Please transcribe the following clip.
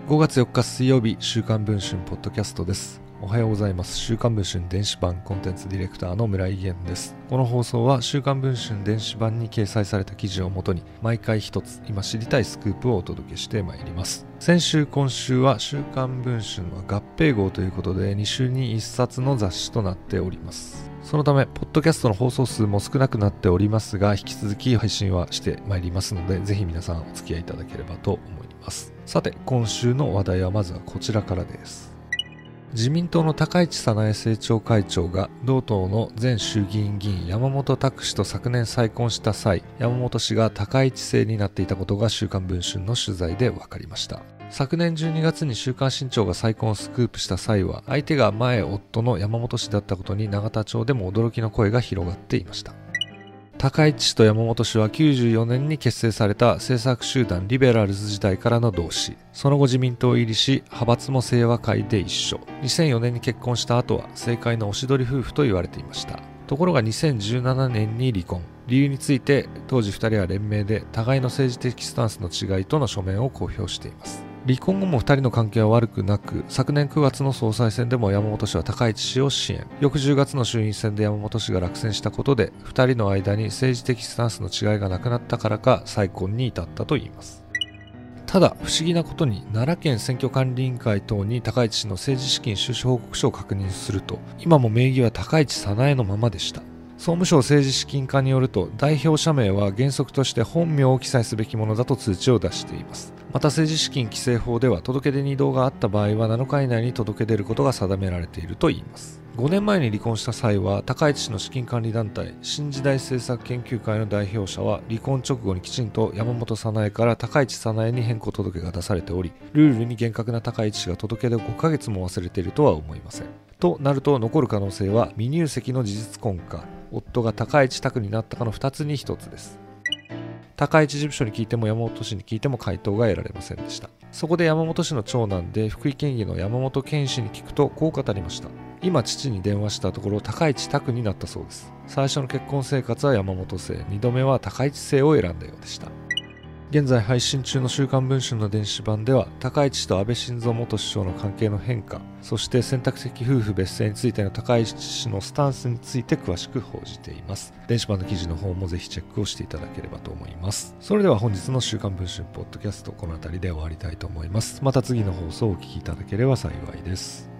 5月4日水曜日、週刊文春ポッドキャストです。おはようございます。週刊文春電子版コンテンツディレクターの村井源です。この放送は週刊文春電子版に掲載された記事をもとに毎回一つ今知りたいスクープをお届けしてまいります。先週今週は週刊文春は合併号ということで2週に1冊の雑誌となっております。そのためポッドキャストの放送数も少なくなっておりますが、引き続き配信はしてまいりますので、ぜひ皆さんお付き合いいただければと思います。さて、今週の話題はまずはこちらからです。自民党の高市早苗政調会長が同党の前衆議院議員山本卓氏と昨年再婚した際、山本氏が高市姓になっていたことが週刊文春の取材で分かりました。昨年12月に週刊新潮が再婚をスクープした際は、相手が前夫の山本氏だったことに永田町でも驚きの声が広がっていました。高市氏と山本氏は94年に結成された政策集団リベラルズ時代からの同志。その後自民党入りし、派閥も清和会で一緒。2004年に結婚した後は政界のおしどり夫婦と言われていました。ところが2017年に離婚。理由について当時2人は連名で互いの政治的スタンスの違いとの書面を公表しています。離婚後も2人の関係は悪くなく、昨年9月の総裁選でも山本氏は高市氏を支援。翌10月の衆院選で山本氏が落選したことで、2人の間に政治的スタンスの違いがなくなったからか再婚に至ったといいます。ただ不思議なことに、奈良県選挙管理委員会等に高市氏の政治資金収支報告書を確認すると、今も名義は高市早苗のままでした。総務省政治資金課によると、代表者名は原則として本名を記載すべきものだと通知を出しています。また政治資金規正法では、届け出に異動があった場合は7日以内に届け出ることが定められているといいます。5年前に離婚した際は、高市氏の資金管理団体新時代政策研究会の代表者は離婚直後にきちんと山本早苗から高市早苗に変更届が出されており、ルールに厳格な高市氏が届け出を5ヶ月も忘れているとは思いません。となると、残る可能性は未入籍の事実婚か、夫が高市卓になったかの2つに1つです。高市事務所に聞いても山本氏に聞いても回答が得られませんでした。そこで山本氏の長男で福井県議の山本健氏に聞くとこう語りました。今父に電話したところ高市卓になったそうです。最初の結婚生活は山本姓、2度目は高市姓を選んだようでした。現在配信中の週刊文春の電子版では、高市氏と安倍晋三元首相の関係の変化、そして選択的夫婦別姓についての高市氏のスタンスについて詳しく報じています。電子版の記事の方もぜひチェックをしていただければと思います。それでは本日の週刊文春ポッドキャスト、この辺りで終わりたいと思います。また次の放送をお聞きいただければ幸いです。